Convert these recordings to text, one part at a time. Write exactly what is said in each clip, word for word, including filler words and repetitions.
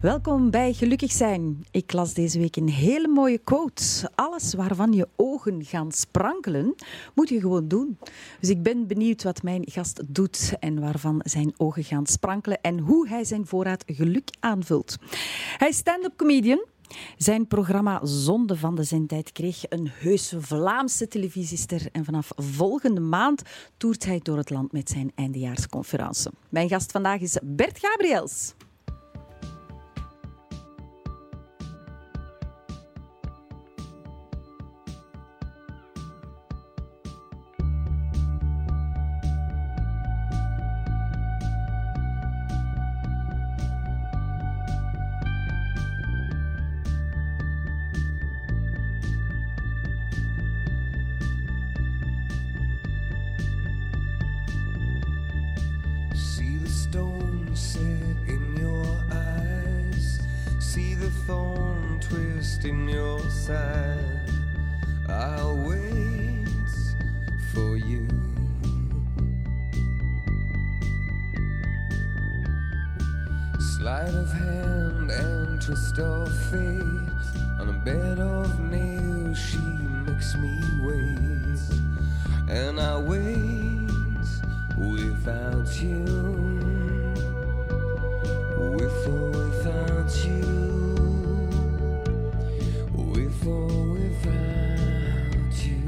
Welkom bij Gelukkig zijn. Ik las deze week een hele mooie quote. Alles waarvan je ogen gaan sprankelen, moet je gewoon doen. Dus ik ben benieuwd wat mijn gast doet en waarvan zijn ogen gaan sprankelen en hoe hij zijn voorraad geluk aanvult. Hij is stand-up comedian. Zijn programma Zonde van de Zendtijd kreeg een heuse Vlaamse televisiester en vanaf volgende maand toert hij door het land met zijn eindejaarsconferentie. Mijn gast vandaag is Bert Gabriels. In your side, I'll wait for you. Sleight of hand and twist of fate, on a bed of nails she makes me wait, and I wait without you, with or without you. With or without you.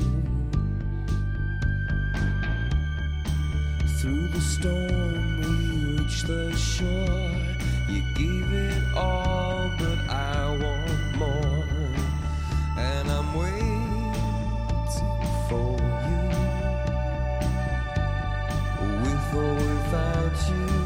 Through the storm we reach the shore. You gave it all, but I want more. And I'm waiting for you. With or without you.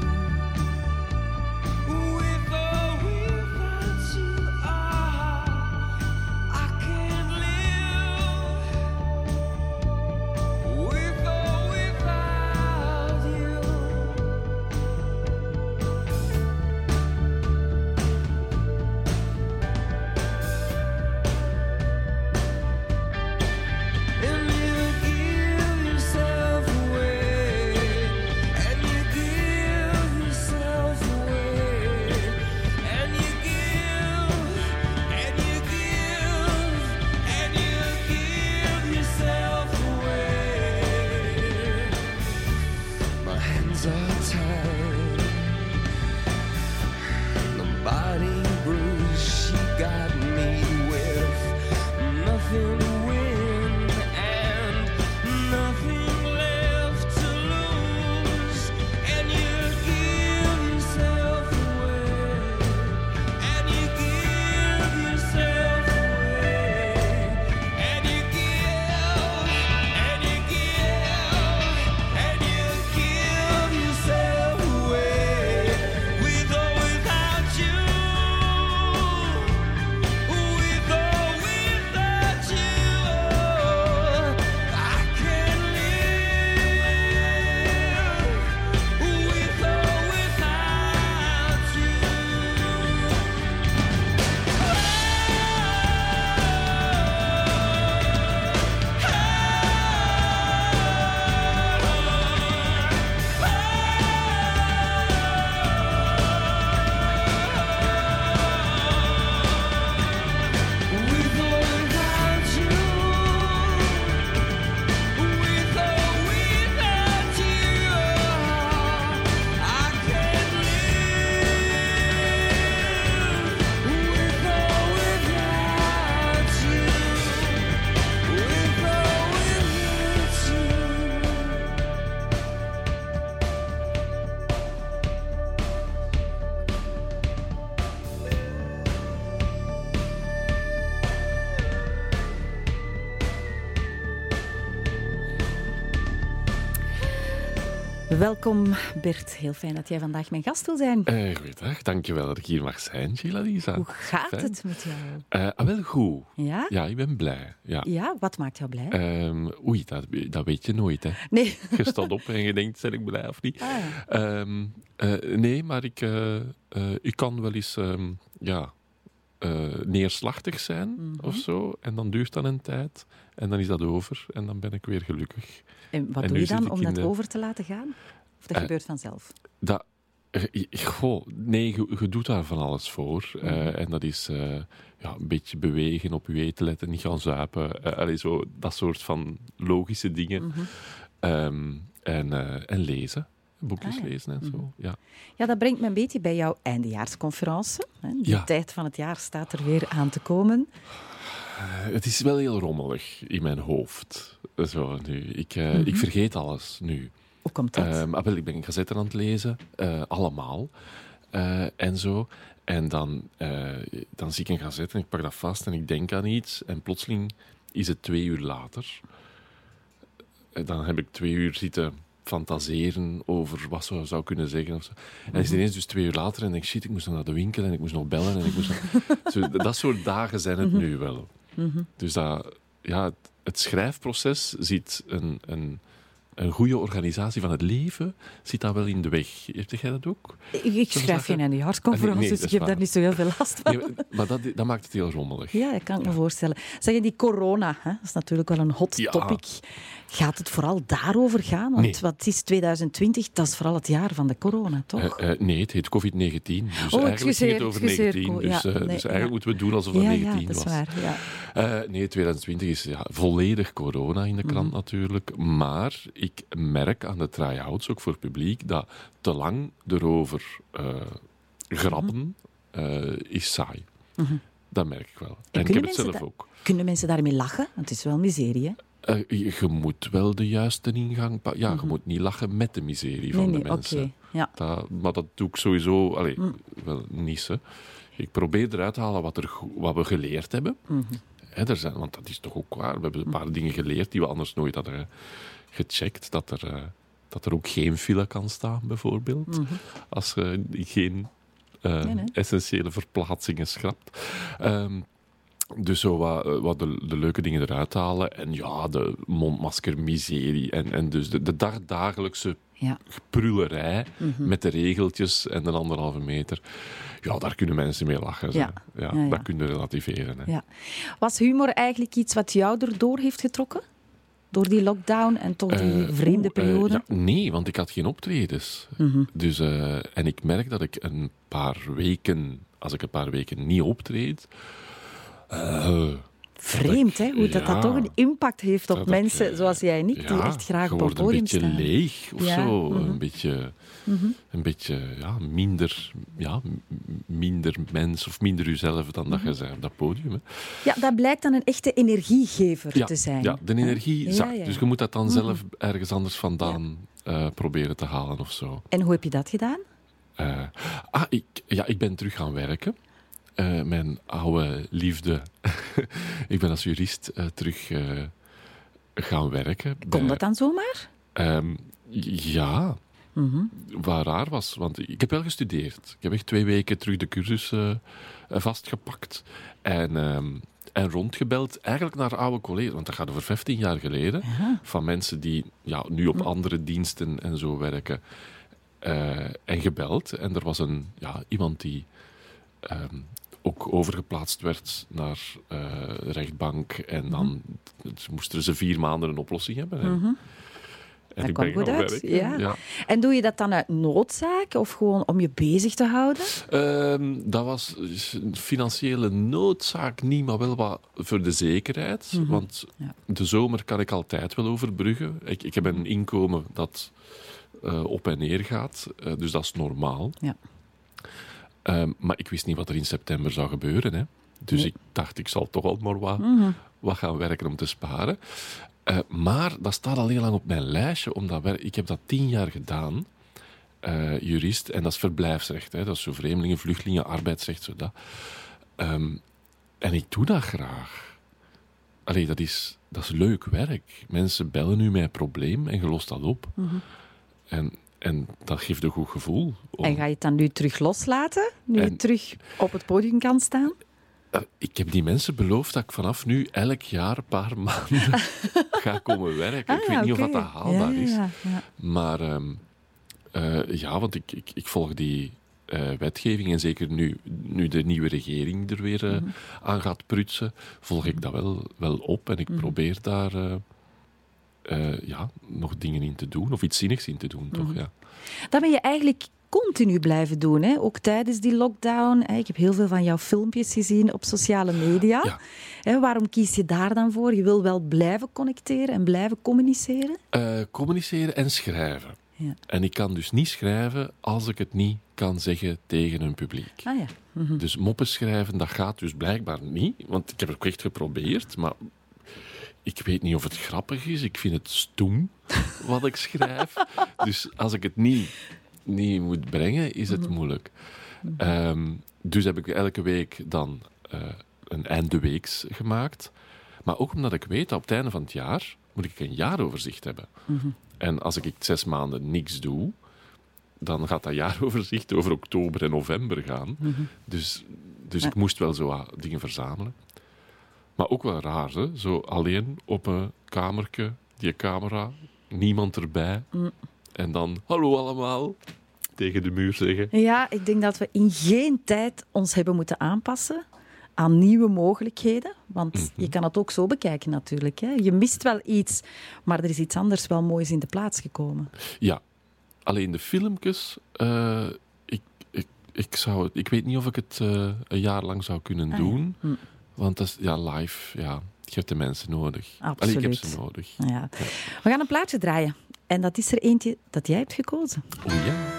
Welkom Bert, heel fijn dat jij vandaag mijn gast wil zijn. Uh, goeiedag, dankjewel dat ik hier mag zijn, Sheila Lisa. Hoe gaat fijn. Het met jou? Uh, ah, wel goed. Ja? Ja, ik ben blij. Ja, ja wat maakt jou blij? Um, oei, dat, dat weet je nooit, hè. Nee. Je staat op en je denkt, ben ik blij of niet? Ah. Um, uh, nee, maar ik, uh, uh, ik kan wel eens um, ja, uh, neerslachtig zijn mm-hmm. of zo. En dan duurt dat een tijd. En dan is dat over. En dan ben ik weer gelukkig. En wat en doe je dan om dat de... over te laten gaan? Of dat uh, gebeurt vanzelf? Dat, Uh, goh, nee, je, je doet daar van alles voor. Uh, mm-hmm. En dat is uh, ja, een beetje bewegen, op je eten letten, niet gaan zuipen. Uh, allee, zo, dat soort van logische dingen. Mm-hmm. Um, en, uh, en lezen. Boekjes ah, ja. lezen en mm-hmm. zo. Ja. ja, dat brengt me een beetje bij jouw eindejaarsconferentie. Die ja. tijd van het jaar staat er weer aan te komen. Uh, het is wel heel rommelig in mijn hoofd. Zo, nu. Ik, uh, mm-hmm. ik vergeet alles nu. Hoe komt dat? Um, ah, wel, ik ben gazetten aan het lezen, uh, allemaal, uh, en zo. En dan, uh, dan zie ik een gazet en ik pak dat vast en ik denk aan iets. En plotseling is het twee uur later. En dan heb ik twee uur zitten fantaseren over wat ze zou kunnen zeggen. Of zo. En dan is het ineens dus twee uur later en denk ik, shit, ik moest nog naar de winkel en ik moest nog bellen. En ik moest nog... zo, dat soort dagen zijn het nu wel. Dus dat, ja, het, het schrijfproces ziet een... een Een goede organisatie van het leven zit daar wel in de weg. Heb jij dat ook? Ik, ik schrijf geen eindejaarsconferenties, nee, nee, dus ik heb waar. daar niet zo heel veel last van. Nee, maar dat, dat maakt het heel rommelig. Ja, dat kan ik ja. me voorstellen. Zeg je, die corona, hè, dat is natuurlijk wel een hot ja. topic. Gaat het vooral daarover gaan? Want nee. wat is twintig twintig? Dat is vooral het jaar van de corona, toch? Uh, uh, nee, het heet covid negentien. Dus oh, eigenlijk ging het over negentien. Dus, ja, uh, nee, dus eigenlijk ja. moeten we doen alsof het ja, negentien ja, dat is was. Waar, ja. uh, nee, twintig twintig is ja, volledig corona in de krant mm. natuurlijk. Maar ik merk aan de try-outs, ook voor het publiek, dat te lang erover uh, grappen uh, is saai. Mm-hmm. Dat merk ik wel. En, en ik heb het zelf da- ook. Kunnen mensen daarmee lachen? Want het is wel miserie, hè? Uh, je, je moet wel de juiste ingang... Pa- ja, mm-hmm. je moet niet lachen met de miserie van nee, de nee, mensen. Okay, ja. dat, maar dat doe ik sowieso... Allee, mm. wel nissen. Ik probeer eruit te halen wat, er, wat we geleerd hebben. Mm-hmm. He, er zijn, want dat is toch ook waar. We hebben een paar mm. dingen geleerd die we anders nooit hadden gecheckt. Dat er, uh, dat er ook geen file kan staan, bijvoorbeeld. Mm-hmm. Als je uh, geen uh, nee, nee. essentiële verplaatsingen schrapt. Um, Dus zo wat, wat de, de leuke dingen eruit halen. En ja, de mondmaskermiserie. En, en dus de, de dag, dagelijkse ja. prullerij mm-hmm. met de regeltjes en de anderhalve meter. Ja, daar kunnen mensen mee lachen. Ja. Ja, ja, ja. Dat kun je relativeren. Hè. Ja. Was humor eigenlijk iets wat jou erdoor heeft getrokken? Door die lockdown en toch die uh, vreemde periode? Uh, ja, nee, want ik had geen optredens. Mm-hmm. Dus, uh, en ik merk dat ik een paar weken... Als ik een paar weken niet optreed... Uh, Vreemd, hè? Hoe dat, ja, dat toch een impact heeft op mensen ik, zoals jij en ik, ja, die echt graag op het podium staan. Een beetje leeg of ja, zo. Mm-hmm. Een beetje, mm-hmm. een beetje ja, minder, ja, minder mens of minder uzelf dan mm-hmm. dat je zei op dat podium. Hè. Ja, dat blijkt dan een echte energiegever ja, te zijn. Ja, de energie ja, zakt. Ja, ja. Dus je moet dat dan mm-hmm. zelf ergens anders vandaan ja. uh, proberen te halen of zo. En hoe heb je dat gedaan? Uh, ah, ik, ja, ik ben terug gaan werken. Uh, mijn oude liefde. Ik ben als jurist uh, terug uh, gaan werken. Kon bij, dat dan zomaar? Um, ja. Mm-hmm. Wat raar was, want ik heb wel gestudeerd. Ik heb echt twee weken terug de cursus uh, vastgepakt. En, um, en rondgebeld, eigenlijk naar oude collega's. Want dat gaat over vijftien jaar geleden. Aha. Van mensen die ja, nu op andere diensten en zo werken. Uh, en gebeld. En er was een, ja, iemand die... Um, ook overgeplaatst werd naar uh, rechtbank. En dan mm-hmm. moesten ze vier maanden een oplossing hebben. En, mm-hmm. en dat ik kwam ben goed gaan uit. werken. Ja. Ja. En doe je dat dan uit noodzaak of gewoon om je bezig te houden? Um, dat was een financiële noodzaak niet, maar wel wat voor de zekerheid. Mm-hmm. Want ja. de zomer kan ik altijd wel overbruggen. Ik, ik heb een inkomen dat uh, op en neer gaat. Uh, dus dat is normaal. Ja. Um, maar ik wist niet wat er in september zou gebeuren. Hè. Dus nee. ik dacht, ik zal toch wel maar wat, mm-hmm. wat gaan werken om te sparen. Uh, maar dat staat al heel lang op mijn lijstje. Omdat wij, ik heb dat tien jaar gedaan, uh, jurist. En dat is verblijfsrecht. Hè. Dat is zo vreemdelingen, vluchtelingen, arbeidsrecht. Zo dat. Um, en ik doe dat graag. Allee, dat is, dat is leuk werk. Mensen bellen nu met een probleem en je lost dat op. Mm-hmm. En... En dat geeft een goed gevoel. Om... En ga je het dan nu terug loslaten? Nu en... je terug op het podium kan staan? Uh, ik heb die mensen beloofd dat ik vanaf nu elk jaar een paar maanden ga komen werken. Ah, ik weet niet okay. of dat haalbaar ja, is. Ja, ja. Maar um, uh, ja, want ik, ik, ik volg die uh, wetgeving. En zeker nu, nu de nieuwe regering er weer uh, mm-hmm. aan gaat prutsen, volg ik dat wel, wel op. En ik mm-hmm. probeer daar... Uh, Uh, ja, nog dingen in te doen, of iets zinnigs in te doen, toch? Mm-hmm. Ja. Dan ben je eigenlijk continu blijven doen, hè? Ook tijdens die lockdown. Hè? Ik heb heel veel van jouw filmpjes gezien op sociale media. Ja. Hè, waarom kies je daar dan voor? Je wil wel blijven connecteren en blijven communiceren? Uh, communiceren en schrijven. Ja. En ik kan dus niet schrijven als ik het niet kan zeggen tegen een publiek. Ah ja. Mm-hmm. Dus moppen schrijven, dat gaat dus blijkbaar niet. Want ik heb het ook echt geprobeerd, maar ik weet niet of het grappig is. Ik vind het stoem wat ik schrijf. Dus als ik het niet, niet moet brengen, is het mm-hmm. moeilijk. Mm-hmm. Um, dus heb ik elke week dan uh, een eindeweeks gemaakt. Maar ook omdat ik weet dat op het einde van het jaar moet ik een jaaroverzicht hebben. Mm-hmm. En als ik zes maanden niks doe, dan gaat dat jaaroverzicht over oktober en november gaan. Mm-hmm. Dus, dus ja. ik moest wel zo dingen verzamelen. Maar ook wel raar, hè? Zo alleen op een kamertje, die camera, niemand erbij. Mm. En dan, hallo allemaal, tegen de muur zeggen. Ja, ik denk dat we in geen tijd ons hebben moeten aanpassen aan nieuwe mogelijkheden. Want mm-hmm. je kan het ook zo bekijken natuurlijk. Hè? Je mist wel iets, maar er is iets anders wel moois in de plaats gekomen. Ja, alleen de filmpjes, uh, ik, ik, ik, zou het, ik weet niet of ik het uh, een jaar lang zou kunnen ah, doen. Ja. Mm. Want dat is, ja, live, ja, je hebt de mensen nodig. Absoluut. Allee, ik heb ze nodig. Ja. Ja. We gaan een plaatje draaien. En dat is er eentje dat jij hebt gekozen. Oh ja.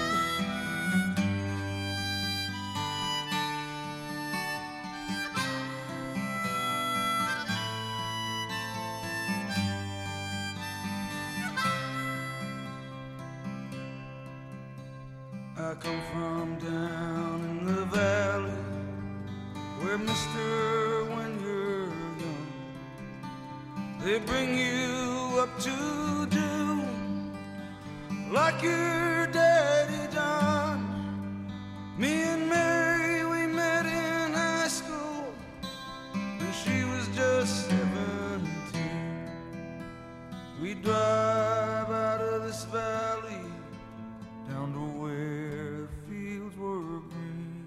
I come from down in the valley where, mister, when you're young, they bring you up to do like your daddy done. Me and Mary, we met in high school, and she was just seventeen. We drive out of this valley down to where fields were green.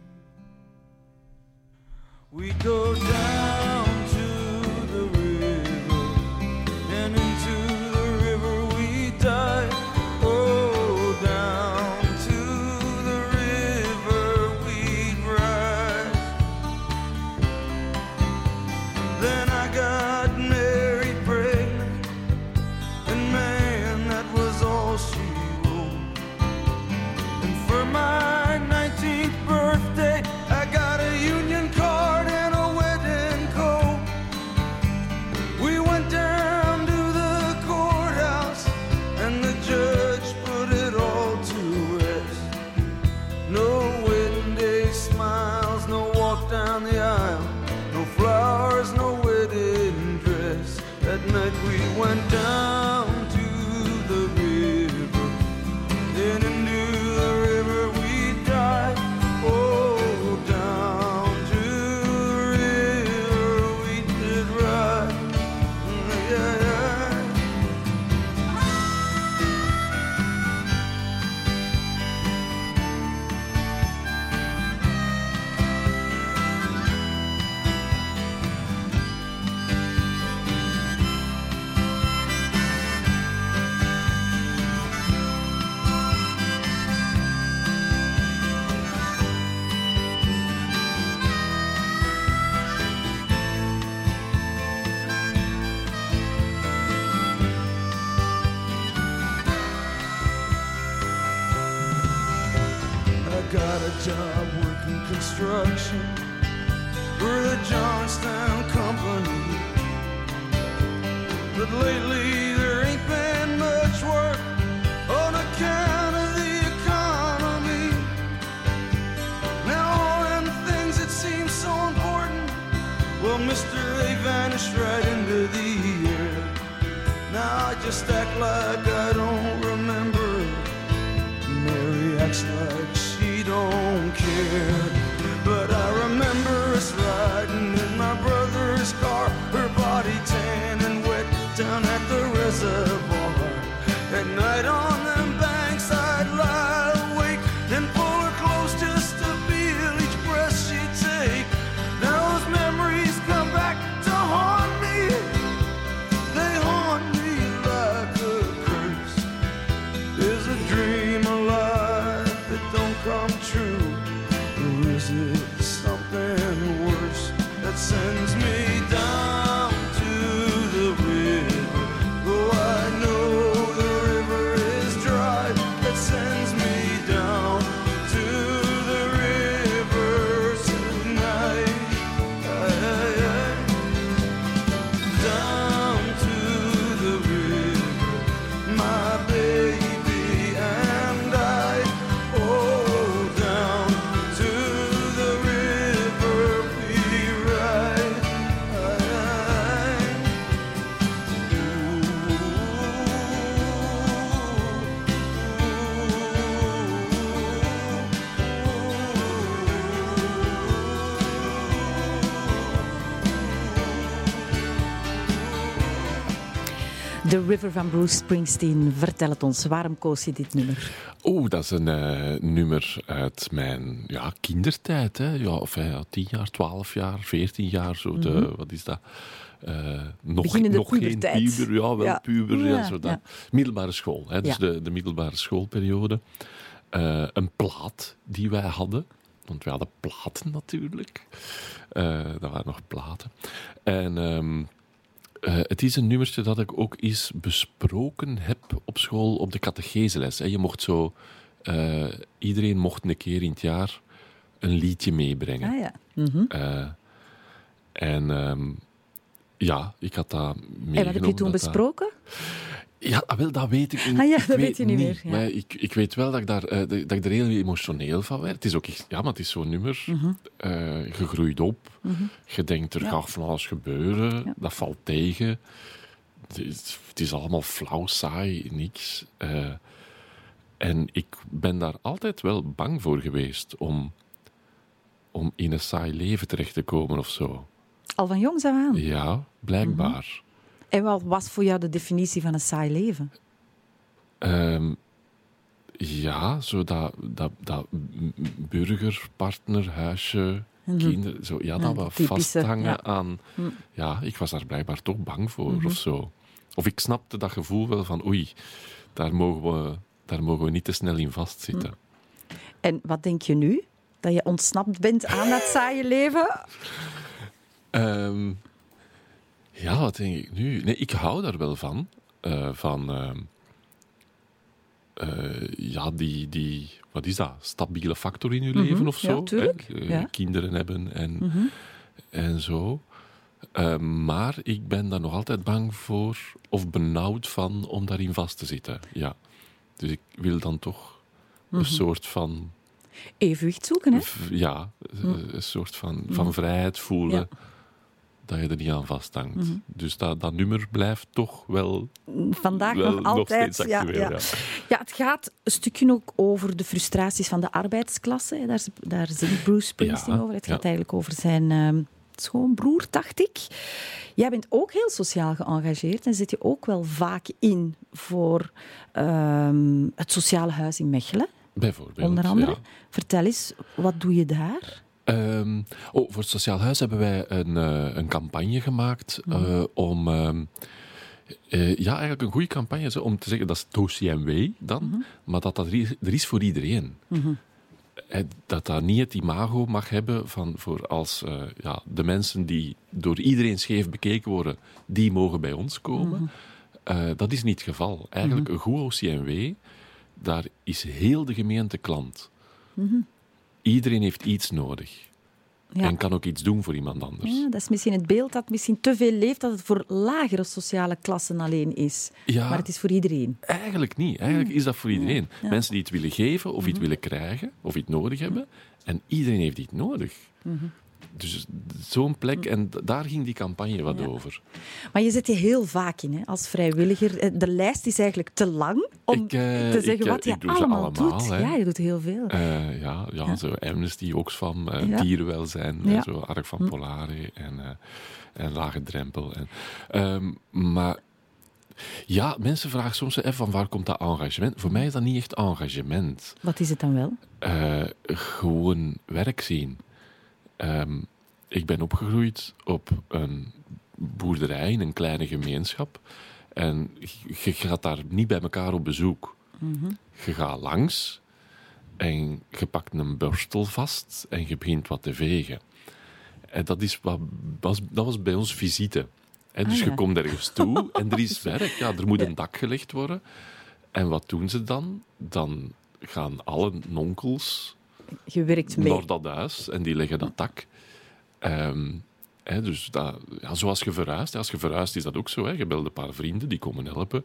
We go down to the river, and into the river we dive. Oh, down to the river we ride. Then I got married pregnant, and man, that was all she wrote. And for my nineteenth birthday, I got a union card and a wedding coat. We went down to the courthouse, and the judge put it all to rest. No wedding day smiles, no walk down the aisle, no flowers, no wedding dress. That night we went down to the river, then into the river we dive. Oh, down to the river we did ride. Yeah, yeah. I got a job working construction for the Johnstown Company, but lately there ain't been much work on account of the economy. Now all them things that seem so important, well, mister, they vanished right into the air. Now I just act like I don't remember. Mary acts like she don't care, but I remember us riding in my brother's car, her body tan and wet down at the reservoir. At night on them banks I'd lie awake and pull her close just to feel each breath she'd take. Now those memories come back to haunt me. They haunt me like a curse. sends me down to the river. Oh, I know the river is dry. That sends me down to the river tonight. Aye, aye, aye. Down to the river, my baby and I. Oh, down to the river we ride. Aye, The River van Bruce Springsteen. Vertel het ons, waarom koos je dit nummer? Oeh, dat is een eh, nummer uit mijn ja, kindertijd. Hè? Ja, of ja, tien jaar, twaalf jaar, veertien jaar. Zo de, Mhm. Wat is dat? Eh, nog Beginnende nog geen puberteit. puber, ja, wel Ja. puber. Ja, Ja, zo dat. ja. Middelbare school, hè? Dus Ja. de, de middelbare schoolperiode. Eh, een plaat die wij hadden. Want we hadden platen natuurlijk. Eh, dat waren nog platen. En ehm, eh, het is een nummertje dat ik ook eens besproken heb op school op de catecheseles. Hè. Je mocht zo... eh, iedereen mocht een keer in het jaar een liedje meebrengen. Ah ja. Mhm. Eh, en ehm, ja, ik had dat meegenomen. En wat heb je toen dat dat- besproken? Ja, ah, wel, dat weet ik niet. Ah ja, Ik dat weet je niet meer, ja. Maar ik, ik weet wel dat ik, daar, eh, dat, dat ik er heel emotioneel van werd. Het is ook echt, ja, maar het is zo'n nummer. Mhm. eh, je groeit op. Mhm. Je denkt, er Ja. gaat van alles gebeuren. Ja. Dat valt tegen. Het is, het is allemaal flauw, saai, niks. Eh, en ik ben daar altijd wel bang voor geweest om, om in een saai leven terecht te komen of zo. Al van jongs af aan. Ja, blijkbaar. En wat was voor jou de definitie van een saai leven? Ehm, ja, zo dat, dat, dat burger, partner, huisje, Mhm. kinderen, zo, ja, dat Ja, wat typische, vasthangen ja. aan... Hm. Ja, ik was daar blijkbaar toch bang voor, Mhm. of zo. Of ik snapte dat gevoel wel van, oei, daar mogen we, daar mogen we niet te snel in vastzitten. En wat denk je nu? Dat je ontsnapt bent aan dat saaie leven? Ehm, ja, wat denk ik nu? Nee, ik hou daar wel van. Eh, van, ehm, eh, ja, die, die, wat is dat? Stabiele factor in je Mhm, leven of ja, zo. tuurlijk, hè? Eh, ja. Kinderen hebben en, Mhm. en zo. Ehm, maar ik ben daar nog altijd bang voor, of benauwd van, om daarin vast te zitten. Ja. Dus ik wil dan toch Mhm. een soort van... Evenwicht zoeken, hè? v- Ja, Mhm. een soort van, van vrijheid voelen. Ja. Dat je er niet aan vasthangt. Mhm. Dus dat, dat nummer blijft toch wel, Vandaag wel nog altijd. steeds ja, actueel. ja. Ja. Ja, het gaat een stukje ook over de frustraties van de arbeidsklasse. hè. Daar, daar zingt Bruce Springsteen Ja, over. Het ja. gaat eigenlijk over zijn ehm, schoonbroer, dacht ik. Jij bent ook heel sociaal geëngageerd en zit je ook wel vaak in voor ehm, het sociale huis in Mechelen, Bijvoorbeeld. onder andere. Ja. Vertel eens, wat doe je daar? Ehm, oh, voor het Sociaal Huis hebben wij een, eh, een campagne gemaakt eh, om... ehm, eh, ja, eigenlijk een goede campagne zo, om te zeggen, dat is het O C M W dan, maar dat dat er is, er is voor iedereen. Mhm. Eh, Dat dat niet het imago mag hebben van voor als eh, ja, de mensen die door iedereen scheef bekeken worden, die mogen bij ons komen. Eh, dat is niet het geval. Eigenlijk een goed O C M W, daar is heel de gemeente klant. Iedereen heeft iets nodig. Ja. En kan ook iets doen voor iemand anders. Ja, dat is misschien het beeld dat misschien te veel leeft, dat het voor lagere sociale klassen alleen is. Ja, Maar het is voor iedereen. eigenlijk niet. Eigenlijk is dat voor iedereen. Ja. Mensen die het willen geven of iets willen krijgen of iets nodig hebben. En iedereen heeft iets nodig. Dus zo'n plek, en d- daar ging die campagne wat Ja. over. Maar je zit je heel vaak in, hè, als vrijwilliger. Eh, De lijst is eigenlijk te lang om Ik, eh, te zeggen ik, eh, wat je ik doe ze allemaal, allemaal, doet. hè. Ja, je doet heel veel. Eh, ja, ja, Ja. zo Amnesty, Oxfam, eh, Ja. dierenwelzijn, eh, Ja. zo Ark van Polare en, eh, en Lage Drempel. En, ehm, maar ja, mensen vragen soms even van waar komt dat engagement? Voor mij is dat niet echt engagement. Wat is het dan wel? Eh, gewoon werk zien. Ehm, ik ben opgegroeid op een boerderij in een kleine gemeenschap. En je gaat daar niet bij elkaar op bezoek. Je gaat langs en je pakt een borstel vast en je begint wat te vegen. En dat, is wat, was, dat was bij ons visite. Hè, dus Ah, ja. je komt ergens toe en er is werk. Ja, er moet een dak gelegd worden. En wat doen ze dan? Dan gaan alle nonkels Je werkt mee. naar dat huis en die leggen dat dak. Ehm, hè, dus dat, ja, zoals je verhuist. Als je verhuist is dat ook zo. Hè. Je belt een paar vrienden, die komen helpen.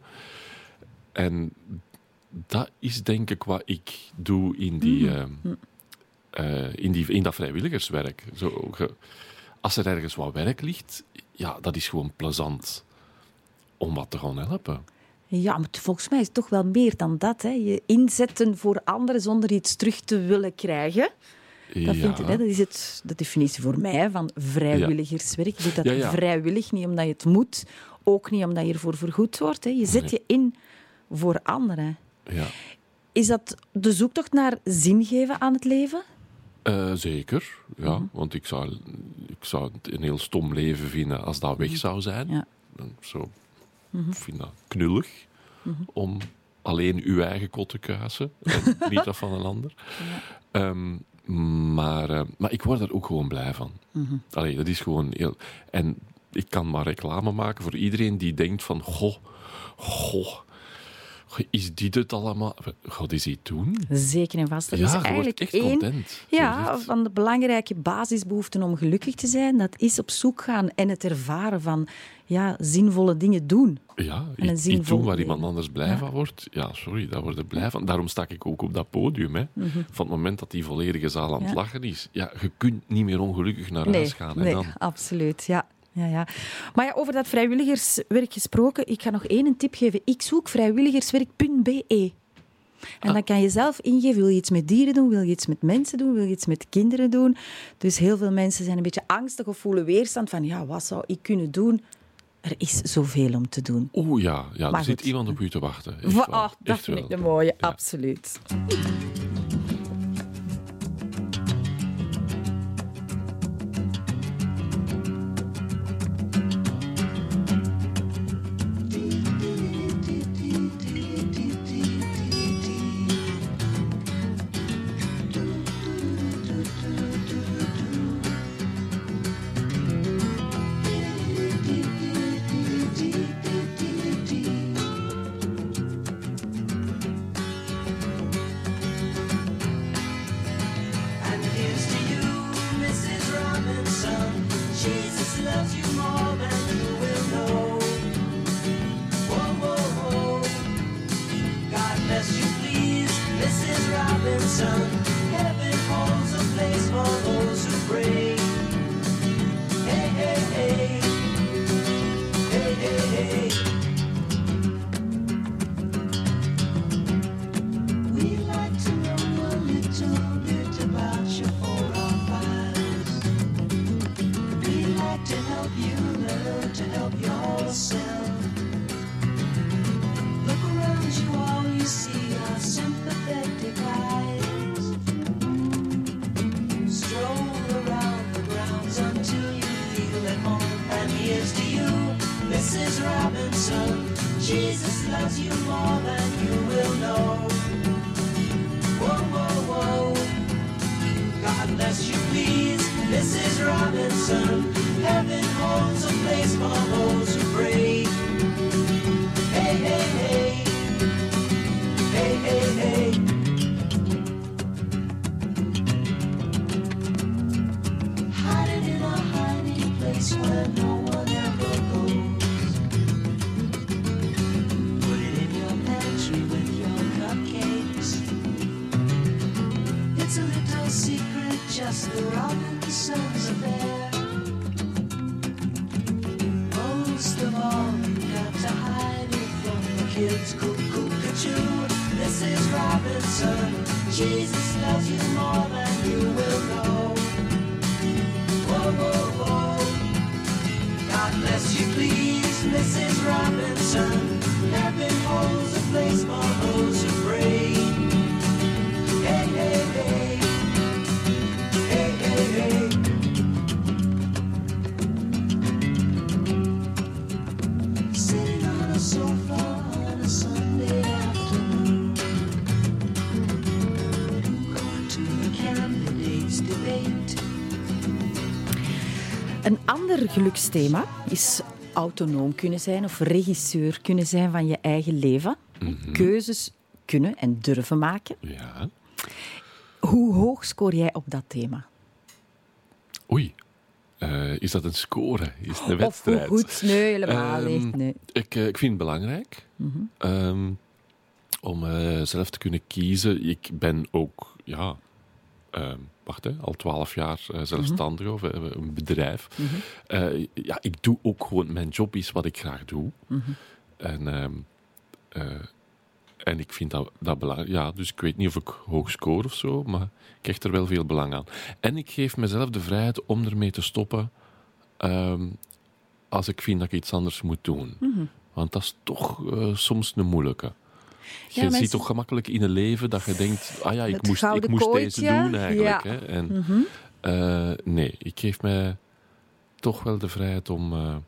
En dat is denk ik wat ik doe in, die, ehm, eh, in, die, in dat vrijwilligerswerk. Zo, ge- als er ergens wat werk ligt, ja, dat is gewoon plezant om wat te gaan helpen. Ja, maar volgens mij is het toch wel meer dan dat. Hè. Je inzetten voor anderen zonder iets terug te willen krijgen. Dat, ja. vind ik, hè, dat is het, de definitie voor mij van vrijwilligerswerk. Je doet dat Ja, ja. vrijwillig, niet omdat je het moet. Ook niet omdat je ervoor vergoed wordt. Hè. Je zet Nee. je in voor anderen. Ja. Is dat de zoektocht naar zin geven aan het leven? Eh, zeker, ja. Want ik zou, ik zou het een heel stom leven vinden als dat weg zou zijn. Ja. Dan Zo, Ik vind dat knullig om alleen uw eigen kot te kuisen en niet dat van een ander. Ehm, maar, eh, maar ik word er ook gewoon blij van. Allee, dat is gewoon heel... En ik kan maar reclame maken voor iedereen die denkt van... Goh, goh, is dit het allemaal? Ga die iets doen? Zeker en vast. Dat Ja, is je wordt eigenlijk echt één content. ja, Dat is echt- van de belangrijke basisbehoeften om gelukkig te zijn. Dat is op zoek gaan en het ervaren van ja, zinvolle dingen doen. Ja, En een iets, zinvol iets doen waar leven. iemand anders blij Ja. van wordt. Ja, sorry, daar word ik blij van. Daarom sta ik ook op dat podium. Hè. Van het moment dat die volledige zaal aan het Ja. lachen is. Ja, je kunt niet meer ongelukkig naar Nee, huis gaan. En nee dan... absoluut. Ja. Ja, ja. Maar ja, over dat vrijwilligerswerk gesproken, ik ga nog één tip geven. Ik zoek vrijwilligerswerk punt b e. En Ah. dan kan je zelf ingeven, wil je iets met dieren doen, wil je iets met mensen doen, wil je iets met kinderen doen. Dus heel veel mensen zijn een beetje angstig of voelen weerstand van, ja, wat zou ik kunnen doen? Er is zoveel om te doen. Oeh ja, ja Maar er zit goed. iemand op u te wachten. Echt Wa- waar, ah, dat echt vind wel. ik een mooie, Ja. absoluut. And here's to you, Missus Robinson. Jesus loves you more than you will know. Whoa, whoa, whoa. God bless you, please, Missus Robinson. Heaven holds a place for those who pray. Hey, hey, hey. Hey, hey, hey. We'd like to know a little bit about your profiles. We'd like to help you learn to help yourself. Look around you, all you see are sympathetic eyes. Stroll around the grounds until you feel at home. And here's to you, Missus Robinson. Jesus loves you more than you will know. Whoa, whoa, whoa. God bless you, please, Missus Robinson. Heaven holds a place for those who pray. Hey, hey, hey. Hey, hey, hey. Hiding in a hiding place where no one ever goes. Put it in your pantry with your cupcakes. It's a little secret, just the Robinsons affair. Most of all, you got to hide it from the kids. Cuckoo, cuckoo, Missus Robinson. Jesus loves you more than you will know. Whoa, whoa, whoa. God bless you, please, Missus Robinson. Heaven holds a place for those who pray. Hey, hey, hey. Hey, hey, hey. Sitting on a sofa on a Sunday afternoon, going to the candidates' debate. Een ander geluksthema is autonoom kunnen zijn of regisseur kunnen zijn van je eigen leven. Mhm. Keuzes kunnen en durven maken. Ja. Hoe hoog scoor jij op dat thema? Oei. Uh, is dat een score? Is het een Of wedstrijd? hoe goed? Nee, helemaal Ehm, niet. Nee. Ik, uh, ik vind het belangrijk Mhm. um, om uh, zelf te kunnen kiezen. Ik ben ook, ja, um, wacht, hè, al twaalf jaar uh, zelfstandig of uh, een bedrijf. Mhm. Uh, ja, ik doe ook gewoon, mijn job is wat ik graag doe. Mhm. En, um, uh, en ik vind dat, dat belangrijk. Ja, dus ik weet niet of ik hoog score of zo, maar ik hecht er wel veel belang aan. En ik geef mezelf de vrijheid om ermee te stoppen um, als ik vind dat ik iets anders moet doen. Mhm. Want dat is toch uh, soms een moeilijke. Je Ja, mensen- ziet toch gemakkelijk in een leven dat je denkt, ah ja, ik Het moest, ik gouden moest deze kooitje. doen eigenlijk. Ja. Hè. En, Mhm. uh, nee, ik geef mij toch wel de vrijheid om, uh,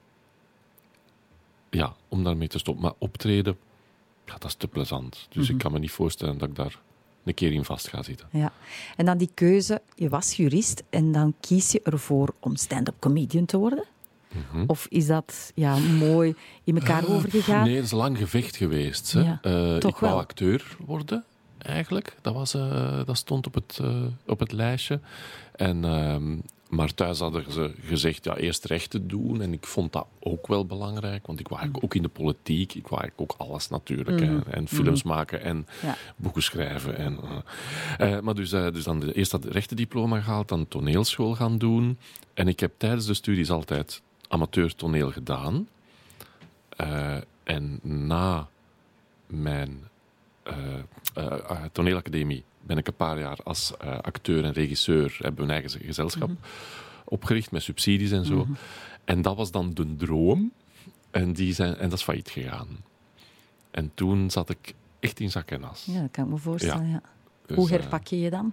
ja, om daarmee te stoppen. Maar optreden, ja, dat is te plezant. Dus Mhm. ik kan me niet voorstellen dat ik daar een keer in vast ga zitten. Ja. En dan die keuze, je was jurist en dan kies je ervoor om stand-up comedian te worden? Mhm. Of is dat ja, mooi in elkaar Uh, overgegaan? Nee, dat is een lang gevecht geweest. Hè. Ja, Uh, toch ik wou wel. acteur worden, eigenlijk. Dat, was, uh, dat stond op het, uh, op het lijstje. En, uh, maar thuis hadden ze gezegd, ja, eerst rechten doen. En ik vond dat ook wel belangrijk. Want ik wou eigenlijk ook in de politiek. Ik wou eigenlijk ook alles natuurlijk. Mhm. Hè. En films maken en Ja. boeken schrijven. En, uh, uh, maar dus, uh, dus dan de, eerst dat rechtendiploma gehaald, dan toneelschool gaan doen. En ik heb tijdens de studies altijd amateurtoneel gedaan. Uh, en na mijn uh, uh, uh, toneelacademie ben ik een paar jaar als uh, acteur en regisseur, hebben we een eigen gezelschap Mhm. opgericht met subsidies en zo. Mhm. En dat was dan de droom. En, die zijn, en dat is failliet gegaan. En toen zat ik echt in zak en as. Ja, dat kan ik me voorstellen. Ja. Dus, Hoe uh, herpak je je dan?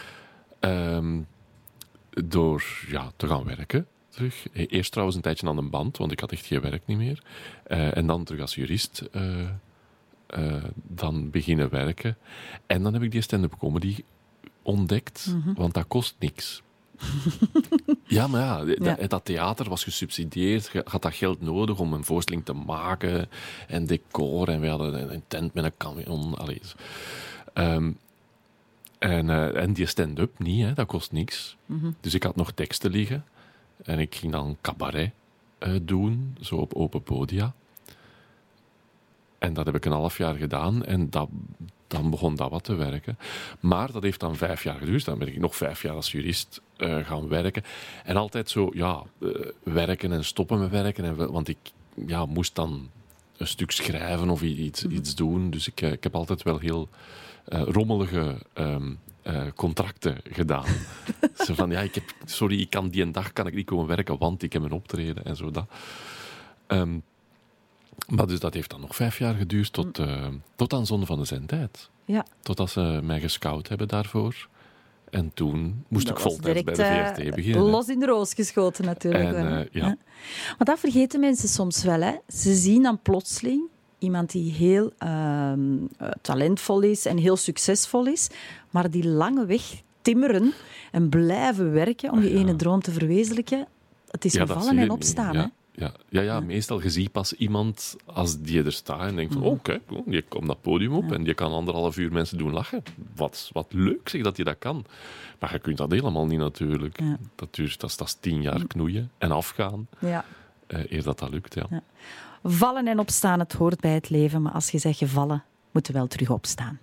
Um, door ja, te gaan werken. Terug. Eerst trouwens een tijdje aan een band, want ik had echt geen werk niet meer. Uh, en dan terug als jurist uh, uh, dan beginnen werken. En dan heb ik die stand-up comedy ontdekt, Mhm. want dat kost niks. Ja, maar ja, Ja. Dat, dat theater was gesubsidieerd. Je had dat geld nodig om een voorstelling te maken. En decor. En we hadden een, een tent met een camion. Allee. Um, en, uh, en die stand-up niet, hè, dat kost niks. Mhm. Dus ik had nog teksten liggen. En ik ging dan cabaret uh, doen, zo op open podia. En dat heb ik een half jaar gedaan. En dat, dan begon dat wat te werken. Maar dat heeft dan vijf jaar geduurd. Dan ben ik nog vijf jaar als jurist uh, gaan werken. En altijd zo, ja, uh, werken en stoppen met werken. En, want ik ja, moest dan een stuk schrijven of iets, Mhm. iets doen. Dus ik, uh, ik heb altijd wel heel uh, rommelige um, uh, contracten gedaan. Zo van, ja, ik heb, sorry, ik kan die een dag kan ik niet komen werken, want ik heb een optreden en zo dat. Um, maar dus dat heeft dan nog vijf jaar geduurd tot, uh, tot aan Zonde van de Zendtijd. Ja. Totdat ze mij gescout hebben daarvoor. En toen moest Dat ik was voltijds bij direct, de V R T uh, beginnen. los in de roos geschoten natuurlijk. En, wel, hè. uh, ja. Ja. Maar dat vergeten mensen soms wel. Hè. Ze zien dan plotseling iemand die heel uh, talentvol is en heel succesvol is, maar die lange weg timmeren en blijven werken om die Ah, ja. ene droom te verwezenlijken. Het is Ja, een dat vallen zie je en niet. opstaan. Ja. Hè. Ja, ja, ja, Ja. meestal je ziet pas iemand als die er staat en denkt van, oh kijk, oh, die komt dat podium op Ja. en die kan anderhalf uur mensen doen lachen. Wat, wat leuk zeg dat je dat kan. Maar je kunt dat helemaal niet natuurlijk. Ja. Dat, duurt, dat, is, dat is tien jaar knoeien en afgaan, Ja. eh, eer dat dat lukt. Ja. Ja. Vallen en opstaan, het hoort bij het leven, maar als je zegt gevallen, moet je wel terug opstaan.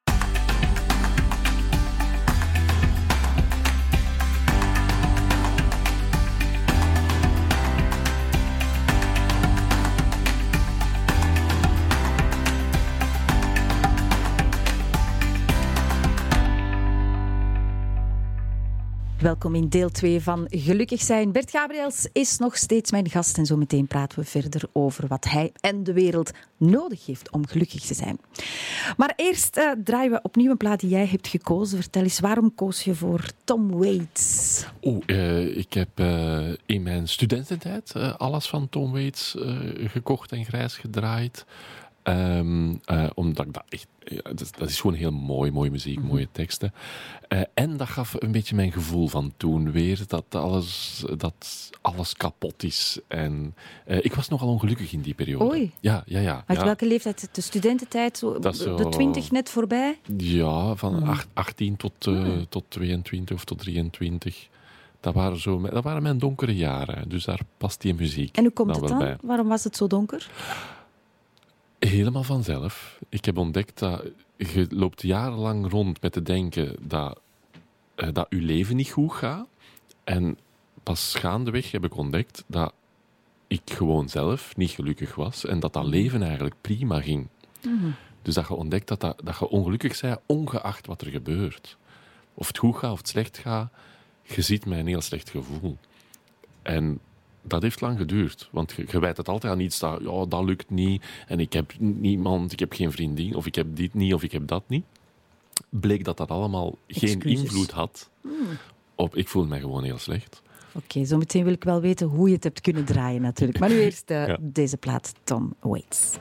Welkom in deel twee van Gelukkig zijn. Bert Gabriels is nog steeds mijn gast en zo meteen praten we verder over wat hij en de wereld nodig heeft om gelukkig te zijn. Maar eerst uh, draaien we opnieuw een plaat die jij hebt gekozen. Vertel eens, waarom koos je voor Tom Waits? Oh, uh, ik heb uh, in mijn studententijd uh, alles van Tom Waits uh, gekocht en grijs gedraaid. Um, uh, omdat ik dat echt... Ja, dat, is, dat is gewoon heel mooi, mooie muziek, mm-hmm. mooie teksten. Uh, en dat gaf een beetje mijn gevoel van toen weer, dat alles, dat alles kapot is. En uh, ik was nogal ongelukkig in die periode. Oei. Ja, ja, ja. Uit ja. welke leeftijd? De studententijd? Zo, zo, de twintig net voorbij? Ja, van mm. achttien tot, uh, mm. tot tweeëntwintig of tot drieëntwintig. Dat waren, zo, dat waren mijn donkere jaren. Dus daar past die muziek. En hoe komt dan het wel dan? Bij. Waarom was het zo donker? Helemaal vanzelf. Ik heb ontdekt dat je loopt jarenlang rond met te denken dat, uh, dat je leven niet goed gaat. En pas gaandeweg heb ik ontdekt dat ik gewoon zelf niet gelukkig was. En dat dat leven eigenlijk prima ging. Mm-hmm. Dus dat je ontdekt dat, dat, dat je ongelukkig bent, ongeacht wat er gebeurt. Of het goed gaat of het slecht gaat, je ziet mij een heel slecht gevoel. En dat heeft lang geduurd. Want je, je wijt het altijd aan iets dat, ja, dat lukt niet. En ik heb niemand, ik heb geen vriendin. Of ik heb dit niet, of ik heb dat niet. Bleek dat dat allemaal Excuses. geen invloed had op... Ik voel me gewoon heel slecht. Oké, okay, zo meteen wil ik wel weten hoe je het hebt kunnen draaien natuurlijk. Maar nu eerst uh, ja. deze plaat, Tom Waits.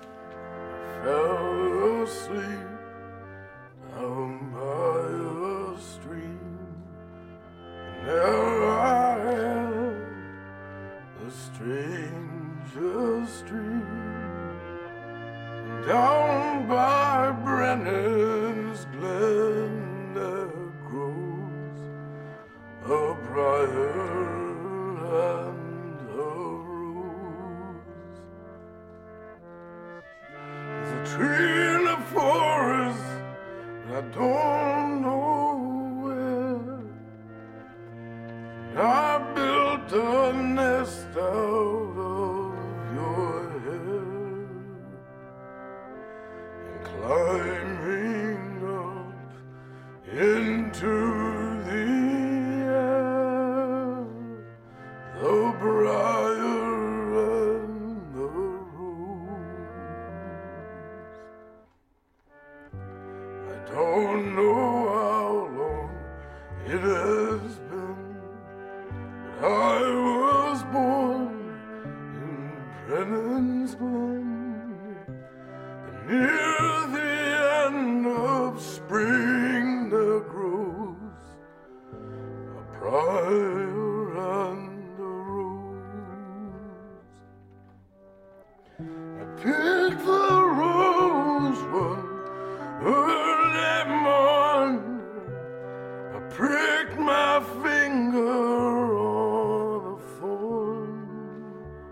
Fell asleep down by a stream, and there I held the strangest dream. Down by Brennan's Glen there grows a briar and a rose. There's a tree in the forest, but I don't know where. I built a nest out of your hair, and climbing up into the air, the briar and the rose. I don't know how long it has been, but I was born in Brennan's Glen, and near the end of spring there grows a briar and a rose. I picked the rose one early morning, I pricked my finger on a thorn.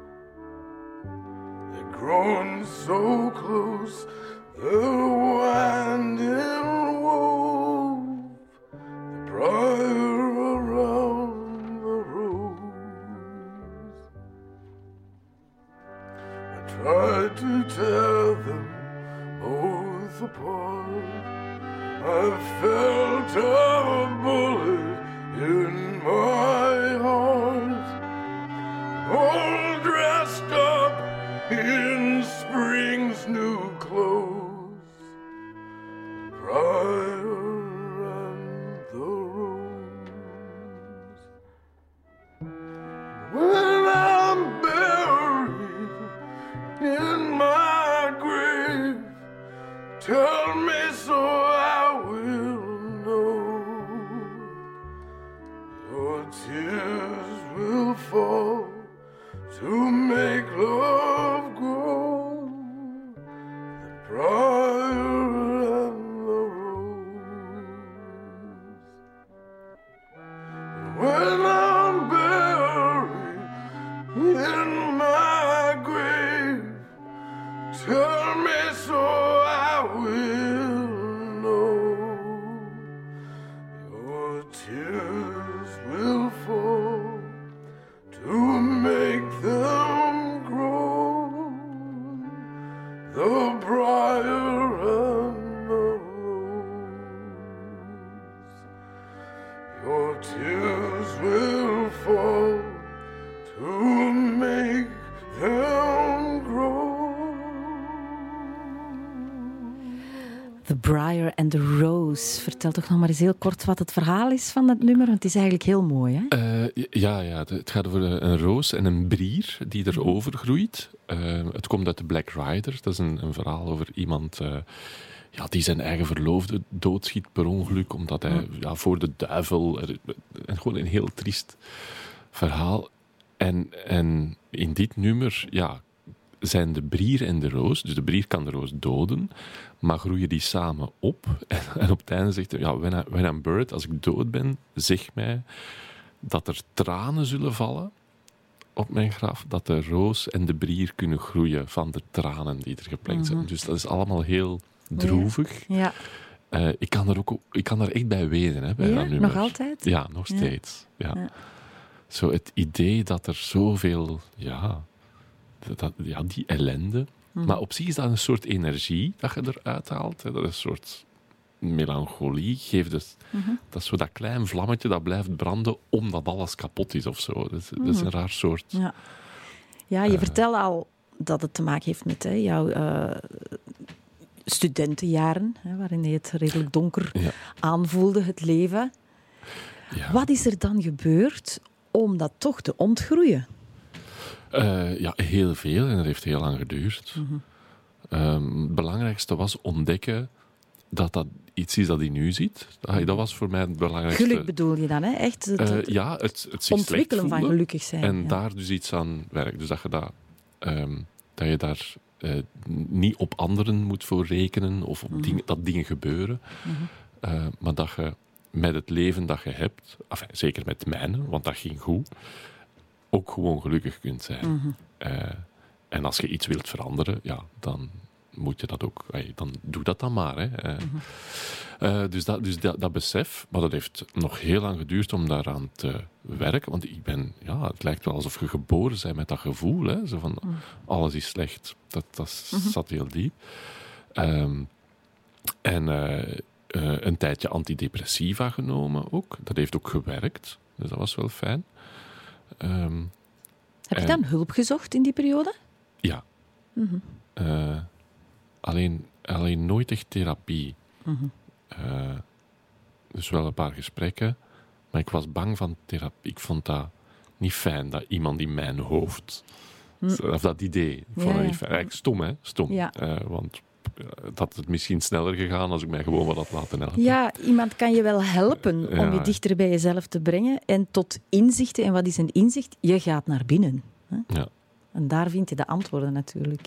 They'd grown so close, the winding wove the briar around the rose. I tried to tear them both apart. I felt a bullet in my heart, all dressed up in spring's new clothes, briar and the rose. When I'm buried in my grave, tell me so I will know. Your tears will fall to make love grow, the briar and the rose. When I'm buried in my grave, tell me so I will know. Your tears will fall to make them grow, the briar and the rose. Your tears will fall to make them grow. The Briar and the Rose. Vertel toch nog maar eens heel kort wat het verhaal is van dat nummer, want het is eigenlijk heel mooi, hè? Uh, ja, ja, het gaat over een roos en een brier die erover groeit. Uh, het komt uit de Black Rider. Dat is een, een verhaal over iemand uh, ja, die zijn eigen verloofde doodschiet per ongeluk, omdat hij ja, voor de duivel... Er, en gewoon een heel triest verhaal. En, en in dit nummer... ja. zijn de brier en de roos. Dus de brier kan de roos doden, maar groeien die samen op. En, en op het einde zegt hij, ja, when, I, when I'm buried, als ik dood ben, zeg mij dat er tranen zullen vallen op mijn graf, dat de roos en de brier kunnen groeien van de tranen die er geplekt zijn. Mm-hmm. Dus dat is allemaal heel droevig. Ja. Uh, ik, kan er ook, ik kan er echt bij wenen, hè, bij ja, dat nummer. nog altijd? Ja, nog steeds. Ja. Ja. Zo het idee dat er zoveel... Ja, Dat, ja, die ellende. Mm. Maar op zich is dat een soort energie dat je eruit haalt. Hè. Dat is een soort melancholie. Geeft dus, mm-hmm. Dat is zo dat klein vlammetje dat blijft branden omdat alles kapot is of zo. Dat is, mm. dat is een raar soort... Ja, ja je uh, vertelde al dat het te maken heeft met hè, jouw uh, studentenjaren, hè, waarin je het redelijk donker ja. aanvoelde, het leven. Ja. Wat is er dan gebeurd om dat toch te ontgroeien? Uh, ja, heel veel en dat heeft heel lang geduurd. Mm-hmm. Um, het belangrijkste was ontdekken dat dat iets is dat hij nu ziet. Dat was voor mij het belangrijkste. Geluk bedoel je dan, hè? Echt het, uh, ja, het, het zich ontwikkelen van gelukkig zijn. En ja. daar dus iets aan werkt. Dus dat je, dat, um, dat je daar uh, niet op anderen moet voor rekenen of op mm-hmm. ding, dat dingen gebeuren. Mm-hmm. Uh, maar dat je met het leven dat je hebt, enfin, zeker met mijne, want dat ging goed, ook gewoon gelukkig kunt zijn. Mm-hmm. Uh, en als je iets wilt veranderen, ja, dan moet je dat ook... Hey, dan doe dat dan maar. Hè. Uh, mm-hmm. uh, dus dat, dus dat, dat besef, maar dat heeft nog heel lang geduurd om daaraan te werken. Want ik ben... Ja, het lijkt wel alsof je geboren bent met dat gevoel. Hè, zo van, mm. alles is slecht. Dat, dat mm-hmm. zat heel diep. Um, en uh, uh, een tijdje antidepressiva genomen ook. Dat heeft ook gewerkt. Dus dat was wel fijn. Um, Heb je dan hulp gezocht in die periode? Ja. Mm-hmm. Uh, alleen, alleen nooit echt therapie. Mm-hmm. Uh, dus wel een paar gesprekken. Maar ik was bang van therapie. Ik vond dat niet fijn, dat iemand in mijn hoofd... Mm. Of dat idee. Ik vond ja, dat niet ja. fijn. Eigenlijk stom, hè? Stom. Ja. Uh, want het had het misschien sneller gegaan als ik mij gewoon wat had laten helpen. Ja, iemand kan je wel helpen uh, ja. om je dichter bij jezelf te brengen. En tot inzichten. En wat is een inzicht? Je gaat naar binnen. Hè? Ja. En daar vind je de antwoorden natuurlijk.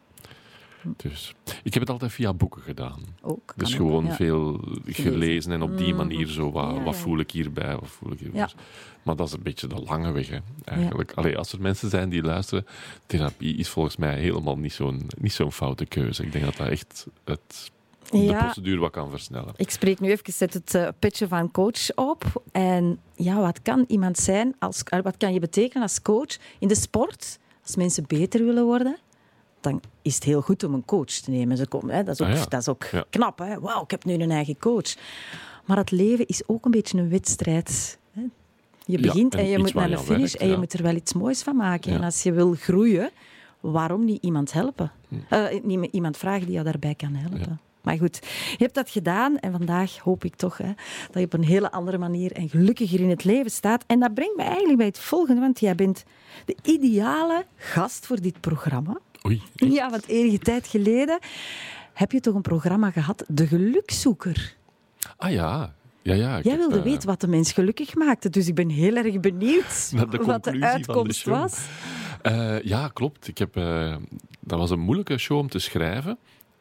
Dus, ik heb het altijd via boeken gedaan. Ook, dus ook, gewoon ja. veel gelezen en op die manier zo, wat, ja, ja. wat voel ik hierbij, wat voel ik hierbij. Ja. Maar dat is een beetje de lange weg, hè, eigenlijk. Ja. Allee, als er mensen zijn die luisteren, therapie is volgens mij helemaal niet zo'n, niet zo'n foute keuze. Ik denk dat dat echt het, ja. de procedure wat kan versnellen. Ik spreek nu even zet het uh, petje van coach op. En ja, wat kan iemand zijn, als, wat kan je betekenen als coach in de sport? Als mensen beter willen worden, dan is het heel goed om een coach te nemen. Ze komen, hè. Dat is ook, ah, ja. dat is ook ja. knap. Hè? Wauw, ik heb nu een eigen coach. Maar het leven is ook een beetje een wedstrijd. Hè? Je begint ja, en, en je moet naar de finish werkt, en je ja. moet er wel iets moois van maken. Ja. En als je wil groeien, waarom niet iemand helpen? Hm. Uh, niet iemand vragen die jou daarbij kan helpen. Ja. Maar goed, je hebt dat gedaan en vandaag hoop ik toch hè, dat je op een hele andere manier en gelukkiger in het leven staat. En dat brengt me eigenlijk bij het volgende, want jij bent de ideale gast voor dit programma. Oei, echt? Ja, want enige tijd geleden heb je toch een programma gehad, De Gelukzoeker. Ah ja, ja, ja. Jij wilde heb, uh, weten wat de mens gelukkig maakte, dus ik ben heel erg benieuwd de wat de uitkomst de was. Uh, ja, klopt. Ik heb, uh, dat was een moeilijke show om te schrijven.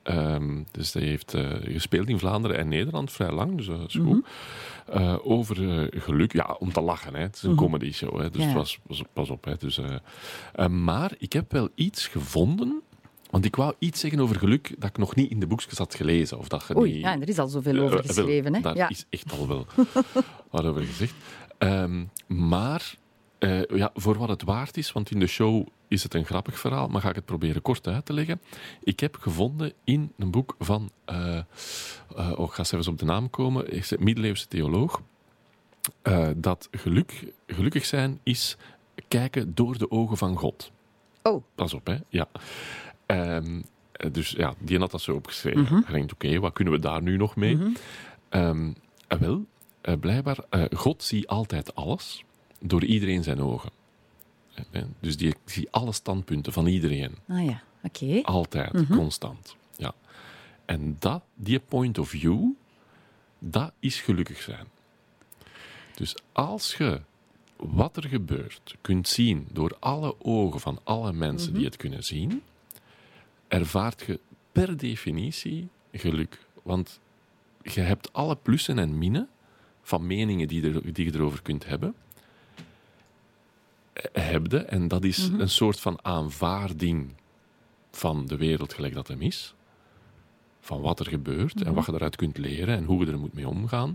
Um, dus hij heeft uh, gespeeld in Vlaanderen en Nederland vrij lang, dus dat is goed. Mm-hmm. Uh, over uh, geluk, ja, om te lachen. Hè. Het is een mm-hmm. comedy show, hè, dus ja. was, was, pas op. Hè, dus, uh, uh, maar ik heb wel iets gevonden, want ik wou iets zeggen over geluk dat ik nog niet in de boekjes had gelezen. Of dat je Oei, niet, ja, er is al zoveel over uh, geschreven. Wel, hè? daar ja. is echt al wel wat over gezegd. Um, maar uh, ja, voor wat het waard is, want in de show is het een grappig verhaal, maar ga ik het proberen kort uit te leggen. Ik heb gevonden in een boek van, uh, uh, oh, ik ga eens even op de naam komen, is een middeleeuwse theoloog, uh, dat geluk, gelukkig zijn is kijken door de ogen van God. Oh. Pas op, hè. Ja. Um, Uh, dus ja, die had dat zo opgeschreven. Mm-hmm. Je denkt, oké, okay, wat kunnen we daar nu nog mee? Mm-hmm. Um, uh, wel, uh, blijkbaar, uh, God ziet altijd alles door iedereen zijn ogen. Uh, dus die ziet alle standpunten van iedereen. Ah ja, oké. Okay. Altijd, mm-hmm. constant. Ja. En dat, die point of view, dat is gelukkig zijn. Dus als je wat er gebeurt kunt zien door alle ogen van alle mensen mm-hmm. die het kunnen zien, ervaart je per definitie geluk. Want je hebt alle plussen en minnen van meningen die, er, die je erover kunt hebben. Hebde, en dat is mm-hmm. een soort van aanvaarding van de wereld gelijk dat hem is. Van wat er gebeurt mm-hmm. en wat je eruit kunt leren en hoe je er moet mee omgaan.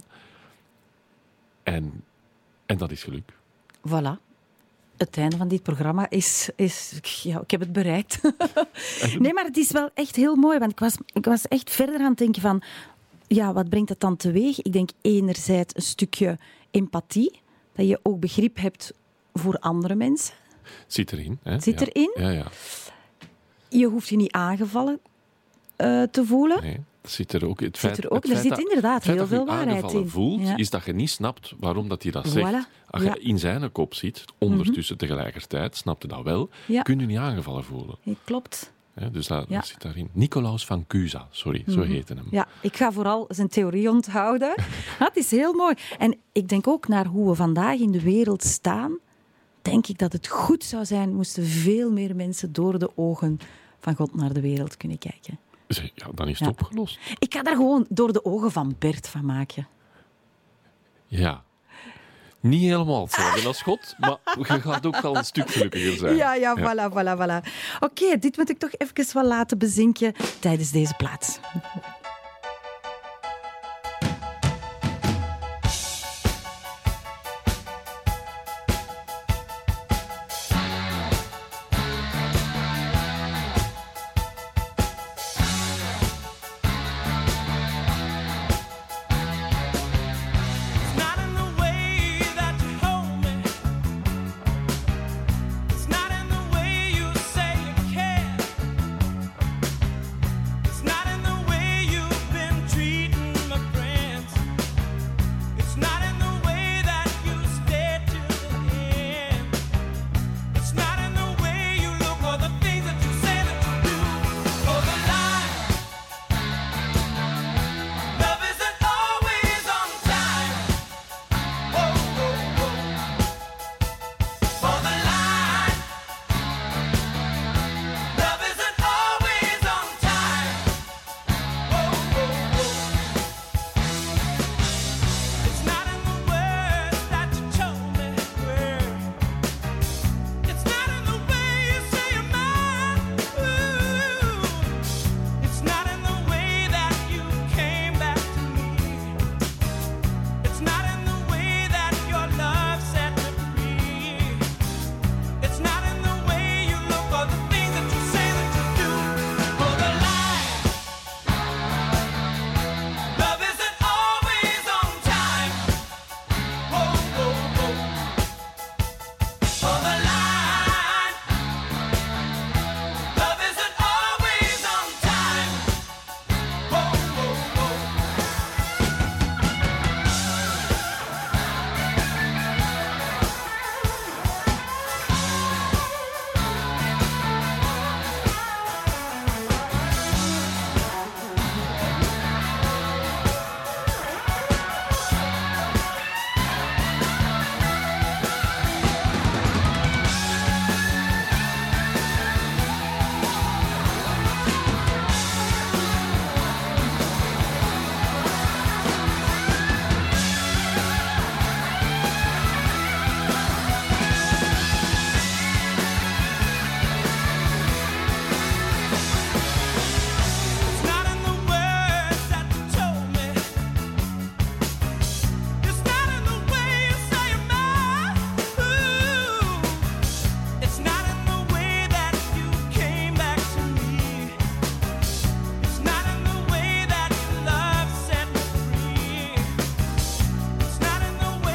En, en dat is geluk. Voilà. Het einde van dit programma is... is ja, ik heb het bereikt. Nee, maar het is wel echt heel mooi. Want ik was, ik was echt verder aan het denken van... Ja, wat brengt dat dan teweeg? Ik denk enerzijds een stukje empathie. Dat je ook begrip hebt voor andere mensen. Zit erin. Hè? Zit ja. erin. Ja, ja. Je hoeft je niet aangevallen uh, te voelen. Nee. Zit er ook. Het zit feit, er ook. het er zit dat, inderdaad heel veel waarheid in. Voelt, ja. is dat je niet snapt waarom dat hij dat zegt. Voilà. Als je ja. in zijn kop zit, ondertussen mm-hmm. tegelijkertijd, snapt je dat wel, ja. kun je niet aangevallen voelen. Ja, klopt. Ja, dus dat, ja. dat zit daarin. Nicolaus van Cusa, sorry, mm-hmm. zo heette hem. Ja, ik ga vooral zijn theorie onthouden. Dat is heel mooi. En ik denk ook naar hoe we vandaag in de wereld staan, denk ik dat het goed zou zijn, moesten veel meer mensen door de ogen van God naar de wereld kunnen kijken. Ja, dan is het ja. opgelost. Ik ga daar gewoon door de ogen van Bert van maken. Ja. Niet helemaal hetzelfde als God, maar je gaat ook al een stuk gelukkiger zijn. Ja, ja, voilà, voilà, voilà. Oké, okay, dit moet ik toch even wel laten bezinken tijdens deze plaats.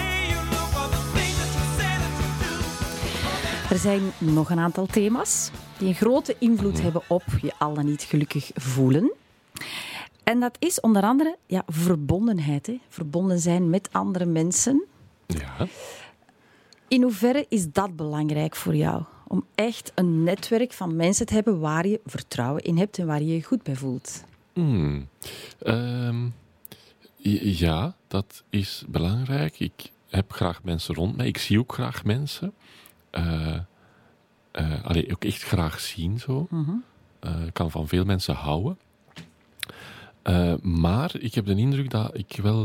Er zijn nog een aantal thema's die een grote invloed hebben op je al dan niet gelukkig voelen. En dat is onder andere ja, verbondenheid. Hè? Verbonden zijn met andere mensen. Ja. In hoeverre is dat belangrijk voor jou? Om echt een netwerk van mensen te hebben waar je vertrouwen in hebt en waar je je goed bij voelt. Hmm. Ehm, ja, dat is belangrijk. Ik heb graag mensen rond mij. Ik zie ook graag mensen. Uh, uh, allee, ook echt graag zien. Zo. Mm-hmm. Uh, ik kan van veel mensen houden. Uh, maar ik heb de indruk dat ik wel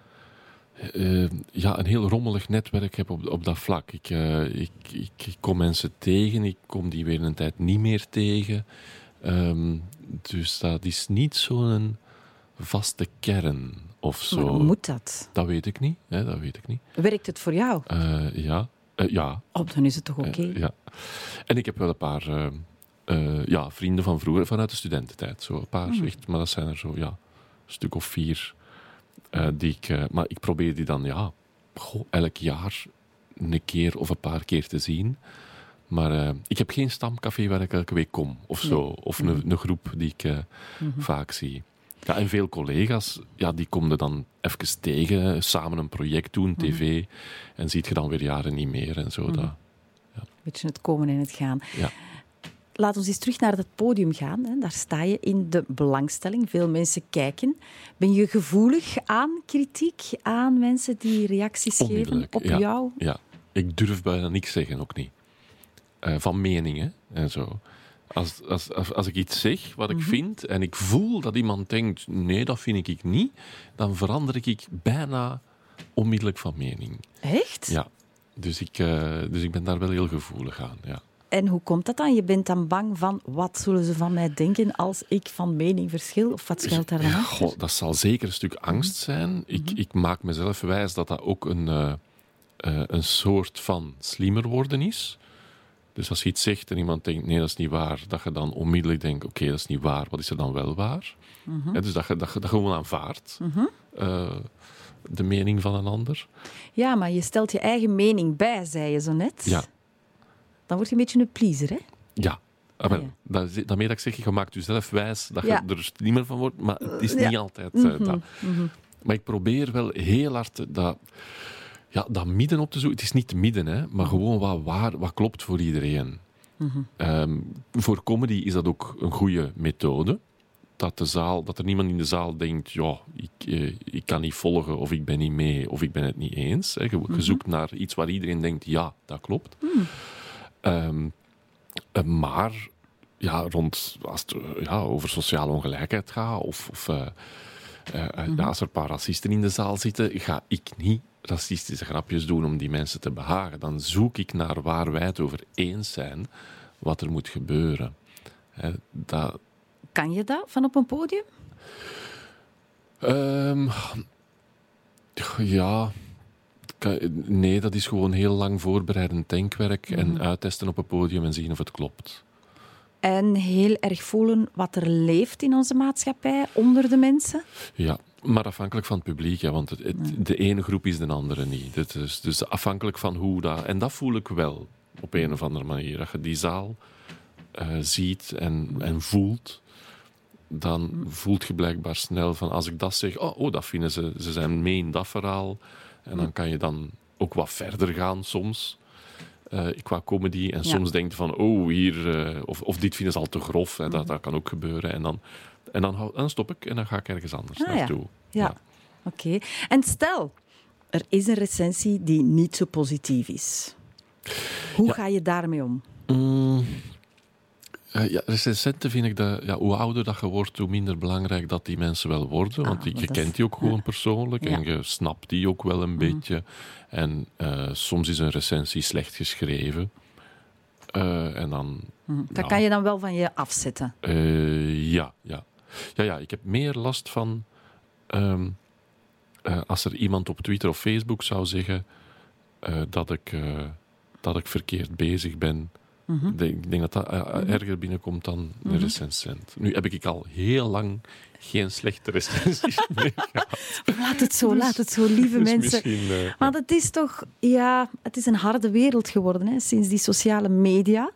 uh, ja, een heel rommelig netwerk heb op, op dat vlak. Ik, uh, ik, ik, ik kom mensen tegen, ik kom die weer een tijd niet meer tegen. Um, dus dat is niet zo'n vaste kern of zo. Maar hoe moet dat? Dat weet ik niet. Hè, dat weet ik niet. Werkt het voor jou? Uh, ja. Uh, ja. Oh, dan is het toch oké? Okay? Uh, ja. En ik heb wel een paar uh, uh, ja, vrienden van vroeger, vanuit de studententijd. Zo een paar, mm. echt, maar dat zijn er zo, ja, een stuk of vier. Uh, die ik, uh, maar ik probeer die dan, ja, goh, elk jaar een keer of een paar keer te zien. Maar uh, ik heb geen stamcafé waar ik elke week kom, of zo. Nee. Of mm. een, een groep die ik uh, mm-hmm. vaak zie. Ja, en veel collega's, ja, die komen dan even tegen, samen een project doen, tv, mm-hmm. en ziet je dan weer jaren niet meer en zo. Mm-hmm. Dat, ja. Beetje het komen en het gaan. Ja. Laat ons eens terug naar het podium gaan. Hè. Daar sta je in de belangstelling. Veel mensen kijken. Ben je gevoelig aan kritiek, aan mensen die reacties geven op ja. jou? Ja, ik durf bijna niks zeggen, ook niet. Uh, van meningen en zo. Als, als, als, als ik iets zeg wat ik mm-hmm. vind en ik voel dat iemand denkt, nee, dat vind ik niet, dan verander ik bijna onmiddellijk van mening. Echt? Ja, dus ik, uh, dus ik ben daar wel heel gevoelig aan, ja. En hoe komt dat dan? Je bent dan bang van, wat zullen ze van mij denken als ik van mening verschil? Of wat schuilt daar dan ja, achter? Goh, dat zal zeker een stuk angst zijn. Mm-hmm. Ik, ik maak mezelf wijs dat dat ook een, uh, uh, een soort van slimmer worden is. Dus als je iets zegt en iemand denkt, nee, dat is niet waar, dat je dan onmiddellijk denkt, oké, okay, dat is niet waar, wat is er dan wel waar? Mm-hmm. He, dus dat je, dat je dat gewoon aanvaardt, mm-hmm. uh, de mening van een ander. Ja, maar je stelt je eigen mening bij, zei je zo net. Ja. Dan word je een beetje een pleaser, hè? Ja. Ah, ah, ja. Dat, daarmee dat ik zeg, je maakt jezelf wijs dat ja. je er niet meer van wordt, maar het is ja. niet altijd uh, mm-hmm. dat. Mm-hmm. Maar ik probeer wel heel hard dat... Ja, dat midden op te zoeken. Het is niet te midden, hè, maar gewoon wat, waar, wat klopt voor iedereen. Mm-hmm. Um, voor comedy is dat ook een goede methode. Dat, de zaal, dat er niemand in de zaal denkt, ja, ik, eh, ik kan niet volgen, of ik ben niet mee, of ik ben het niet eens. Hè. Je, mm-hmm. je zoekt naar iets waar iedereen denkt, ja, dat klopt. Mm. Um, uh, maar ja, rond, als het ja, over sociale ongelijkheid gaat, of, of uh, uh, mm-hmm. ja, als er een paar racisten in de zaal zitten, ga ik niet racistische grapjes doen om die mensen te behagen. Dan zoek ik naar waar wij het over eens zijn, wat er moet gebeuren. He, dat... Kan je dat van op een podium? Um, ja... Nee, dat is gewoon heel lang voorbereidend denkwerk mm. en uittesten op een podium en zien of het klopt. En heel erg voelen wat er leeft in onze maatschappij, onder de mensen? Ja, maar afhankelijk van het publiek, ja, want het, het, de ene groep is de andere niet. Het is dus afhankelijk van hoe dat... En dat voel ik wel, op een of andere manier. Dat je die zaal uh, ziet en, en voelt, dan voelt je blijkbaar snel van, als ik dat zeg, oh, oh dat vinden ze, ze zijn mee in dat verhaal. En dan kan je dan ook wat verder gaan soms, uh, qua comedy. En ja. soms denk je van, oh, hier... Uh, of, of dit vinden ze al te grof. Hè, dat, dat kan ook gebeuren. En dan, en dan, dan stop ik en dan ga ik ergens anders ah, naartoe. Ja, ja. ja. oké. Okay. En stel, er is een recensie die niet zo positief is. Hoe ja. ga je daarmee om? Mm, uh, ja, recensenten vind ik dat... Ja, hoe ouder dat je wordt, hoe minder belangrijk dat die mensen wel worden. Want ah, die, je kent is, die ook gewoon ja. persoonlijk. Ja. En je snapt die ook wel een mm. beetje. En uh, soms is een recensie slecht geschreven. Uh, en dan... Mm. Dat ja. kan je dan wel van je afzetten? Uh, ja, ja. Ja, ja, ik heb meer last van... Um, uh, als er iemand op Twitter of Facebook zou zeggen uh, dat, ik, uh, dat ik verkeerd bezig ben... Mm-hmm. Ik denk dat dat uh, erger binnenkomt dan mm-hmm. een recensent. Nu heb ik al heel lang geen slechte recensies meer gehad. Laat het zo, dus, laat het zo, lieve dus mensen. Uh, Want het is toch... Ja, het is een harde wereld geworden, hè, sinds die sociale media.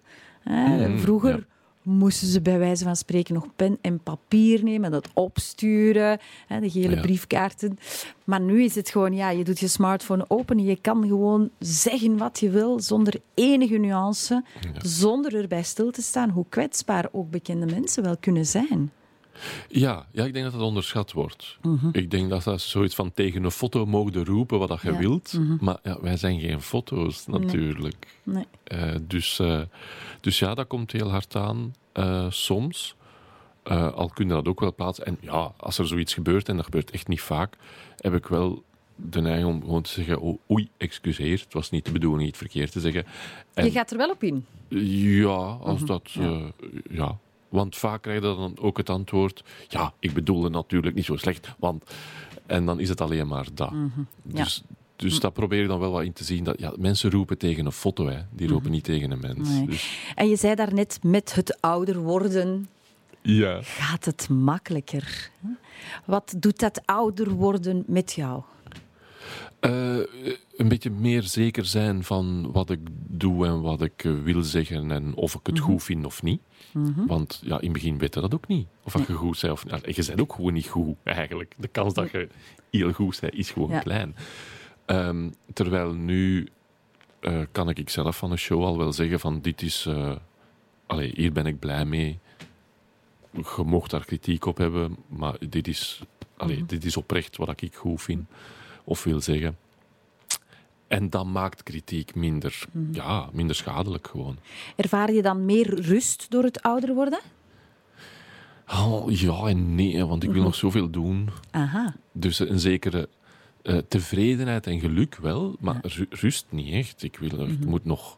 Hè? Mm, Vroger ja. moesten ze bij wijze van spreken nog pen en papier nemen, dat opsturen, hè, de gele Ja. briefkaarten. Maar nu is het gewoon, ja, je doet je smartphone open en je kan gewoon zeggen wat je wil, zonder enige nuance, Ja. zonder erbij stil te staan hoe kwetsbaar ook bekende mensen wel kunnen zijn. Ja, ja, ik denk dat dat onderschat wordt. Mhm. Ik denk dat dat zoiets van tegen een foto mogen roepen wat dat je Ja. wilt. Mhm. Maar ja, wij zijn geen foto's, natuurlijk. Nee. Eh, dus, eh, dus ja, dat komt heel hard aan eh, soms. Eh, al kun je dat ook wel plaatsen. En ja, als er zoiets gebeurt, en dat gebeurt echt niet vaak, heb ik wel de neiging om gewoon te zeggen, oh, oei, excuseer, het was niet de bedoeling iets verkeerd te zeggen. En, Je gaat er wel op in. ja, als Mhm, dat... ja. eh, ja. Want vaak krijg je dan ook het antwoord, ja, ik bedoelde natuurlijk niet zo slecht, want... En dan is het alleen maar dat. Mhm, ja. Dus, dus dat probeer ik dan wel wat in te zien. Dat, ja, mensen roepen tegen een foto, hè. Die roepen niet tegen een mens. Nee. Dus, En je zei daarnet, met het ouder worden ja. gaat het makkelijker. hè? Wat doet dat ouder worden met jou? Eh, een beetje meer zeker zijn van wat ik doe en wat ik eh, wil zeggen en of ik het goed vind of niet. Mhm. Want ja, in het begin weet je dat ook niet. Of dat je goed bent of niet. Ja, je bent ook gewoon niet goed, eigenlijk. De kans dat je heel goed bent, is gewoon Ja. klein. Ehm, terwijl nu eh, kan ik zelf van een show al wel zeggen van dit is... eh, allee, hier ben ik blij mee. Je mocht daar kritiek op hebben, maar dit is, allee, dit is oprecht wat ik goed vind of wil zeggen. En dat maakt kritiek minder, ja, minder schadelijk gewoon. Ervaar je dan meer rust door het ouder worden? Oh, ja en nee, want ik wil nog zoveel doen. Aha. Dus een zekere eh, tevredenheid en geluk wel, maar ru- rust niet echt. Ik, wil, ik, moet nog,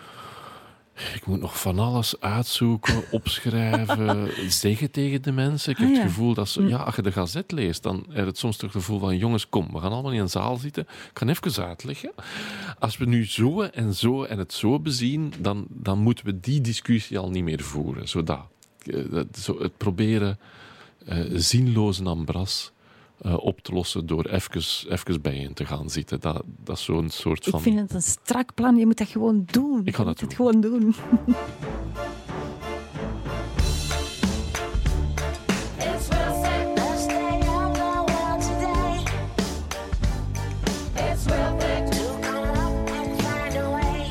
ik moet nog van alles uitzoeken, opschrijven, zeggen tegen de mensen. Ik heb Ah, ja. het gevoel dat ze, ja, als je de gazet leest, dan heb je het soms toch het gevoel van, jongens, kom, we gaan allemaal in een zaal zitten. Ik kan even uitleggen. Als we nu zo en zo en het zo bezien, dan, dan moeten we die discussie al niet meer voeren. Zodat. Eh, dat- zo het proberen eh, zinloze ambras eh, op te lossen door even, even bijeen te gaan zitten. Dat, dat is zo'n soort Ik van... vind het een strak plan. Je moet dat gewoon doen. Ik ga je dat moet het doen. gewoon doen. It's worth it to stay up the world today. It's worth it to come up and find a way.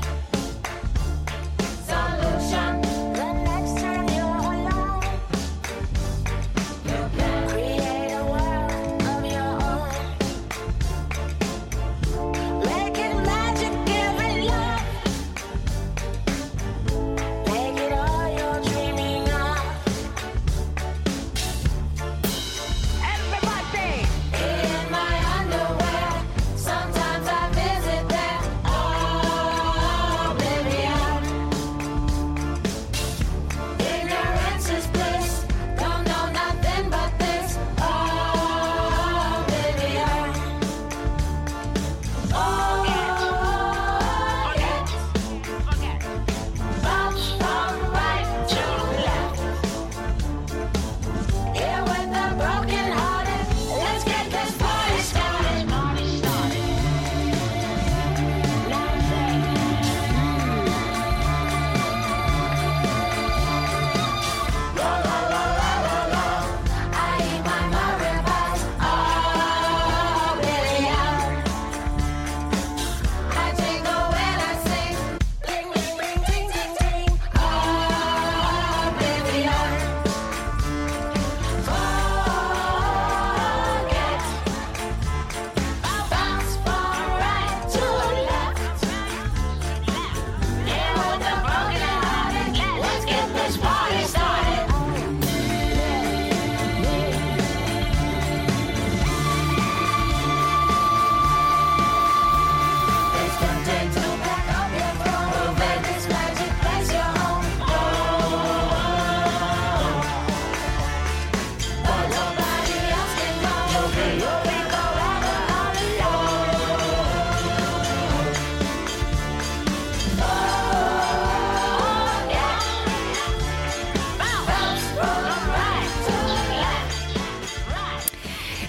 Solution. The next time you're alone, you can create a world of your own. Make it magic, give it love.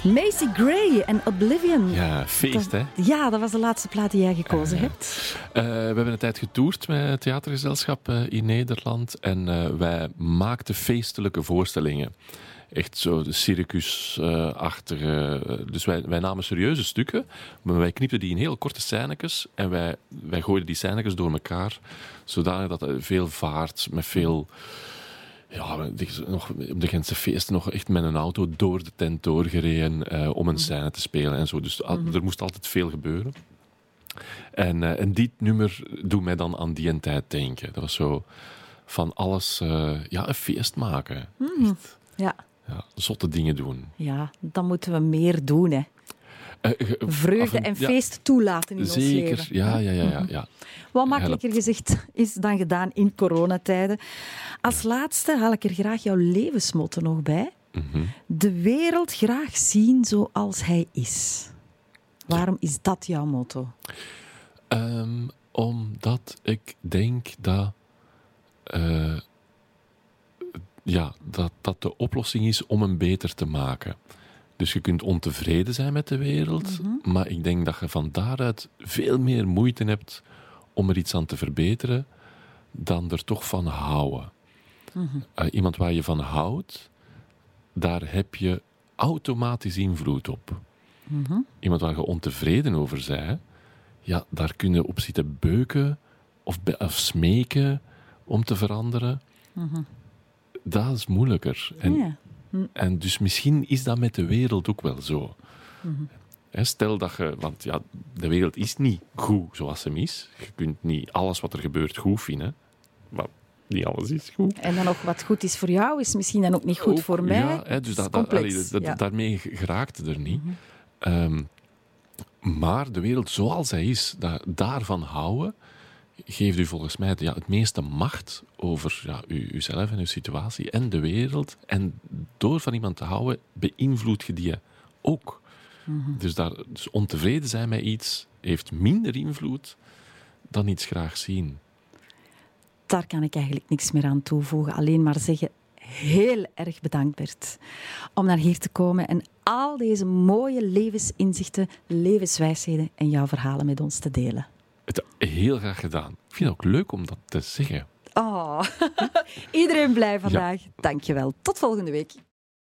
Macy Gray en Oblivion. Ja, feest, Dat- hè? Ja, dat was de laatste plaat die jij gekozen hebt. Uh, we hebben een tijd getoerd met het theatergezelschap uh, in Nederland. En uh, wij maakten feestelijke voorstellingen. Echt zo de circusachtige. Uh, dus wij, wij namen serieuze stukken, maar wij knipten die in heel korte scènetjes. En wij, wij gooiden die scènetjes door elkaar, zodanig dat er veel vaart, met veel... Ja, nog, op de Gentse feesten nog echt met een auto door de tent doorgereden uh, om een scène te spelen en zo. Dus mm-hmm. er moest altijd veel gebeuren. En, uh, en dit nummer doet mij dan aan die tijd denken. Dat was zo van alles, uh, ja, een feest maken. Mm. Echt, Ja. ja, zotte dingen doen. Ja, dan moeten we meer doen, hè. Uh, ge- Vreugde af en ja, feest toelaten in zeker, ons leven. ja, ja, ja, ja, ja. Wat makkelijker gezegd is dan gedaan in coronatijden. Als laatste haal ik er graag jouw levensmotto nog bij. Mm-hmm. De wereld graag zien zoals hij is. Waarom is dat jouw motto? Um, omdat ik denk dat, uh, ja, dat dat de oplossing is om hem beter te maken. Dus je kunt ontevreden zijn met de wereld, Mm-hmm. maar ik denk dat je van daaruit veel meer moeite hebt om er iets aan te verbeteren dan er toch van houden. Mm-hmm. Uh, iemand waar je van houdt, daar heb je automatisch invloed op. Mm-hmm. Iemand waar je ontevreden over bent, ja, daar kun je op zitten beuken of, be- of smeken om te veranderen. Mm-hmm. Dat is moeilijker. En, Ja. en dus misschien is dat met de wereld ook wel zo. Mm-hmm. Hè, stel dat je... Want ja, de wereld is niet goed zoals ze is. Je kunt niet alles wat er gebeurt goed vinden. Maar niet alles is goed. En dan nog wat goed is voor jou, is misschien dan ook niet goed Ook, voor mij. Ja, hè, dus Het is dat, dat, complex. allee, dat, Ja. daarmee geraakt het er niet. Mm-hmm. Um, maar de wereld zoals zij is, da- daarvan houden, geeft u volgens mij ja, het meeste macht over ja, u, uzelf en uw situatie en de wereld. En door van iemand te houden, beïnvloed je die ook. Mm-hmm. Dus, daar, dus ontevreden zijn met iets heeft minder invloed dan iets graag zien. Daar kan ik eigenlijk niks meer aan toevoegen. Alleen maar zeggen, heel erg bedankt Bert, om naar hier te komen en al deze mooie levensinzichten, levenswijsheden en jouw verhalen met ons te delen. Het heel graag gedaan. Ik vind het ook leuk om dat te zeggen. Oh, iedereen blij vandaag. Dank je wel. Tot volgende week.